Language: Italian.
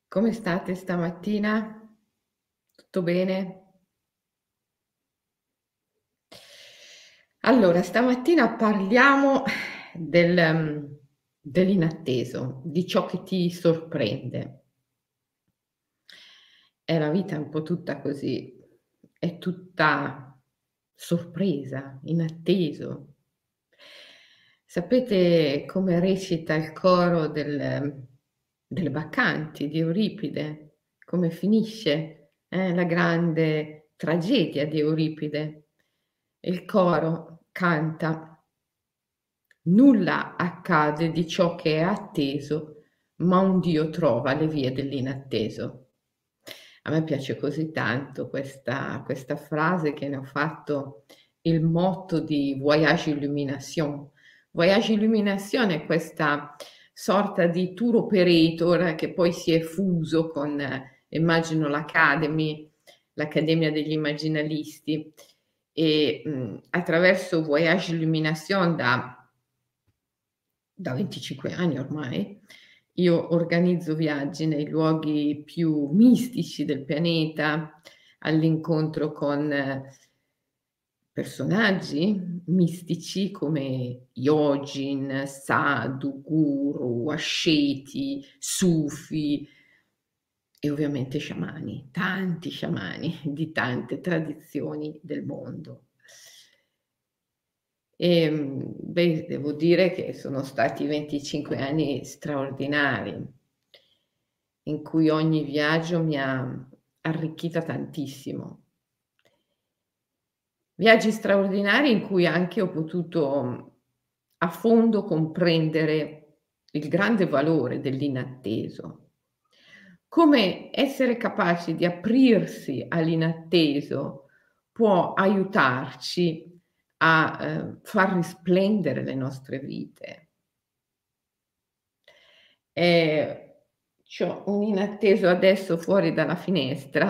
Come state stamattina? Tutto bene? Allora, stamattina parliamo dell'inatteso, di ciò che ti sorprende. La vita è un po' tutta così, è tutta sorpresa, inatteso. Sapete come recita il coro delle Baccanti di Euripide? Come finisce, la grande tragedia di Euripide? Il coro canta: "Nulla accade di ciò che è atteso, ma un Dio trova le vie dell'inatteso". A me piace così tanto questa frase che ne ho fatto il motto di Voyage Illumination. Voyage Illumination è questa sorta di tour operator che poi si è fuso con, immagino l'Academy, l'Accademia degli Immaginalisti e, attraverso Voyage Illumination da 25 anni ormai, io organizzo viaggi nei luoghi più mistici del pianeta, all'incontro con personaggi mistici come yogin, sadhu, guru, asceti, sufi e ovviamente sciamani, tanti sciamani di tante tradizioni del mondo. Beh, devo dire che sono stati 25 anni straordinari, in cui ogni viaggio mi ha arricchita tantissimo. Viaggi straordinari in cui anche ho potuto, a fondo comprendere il grande valore dell'inatteso. Come essere capaci di aprirsi all'inatteso può aiutarci a, far risplendere le nostre vite. C'ho un inatteso adesso fuori dalla finestra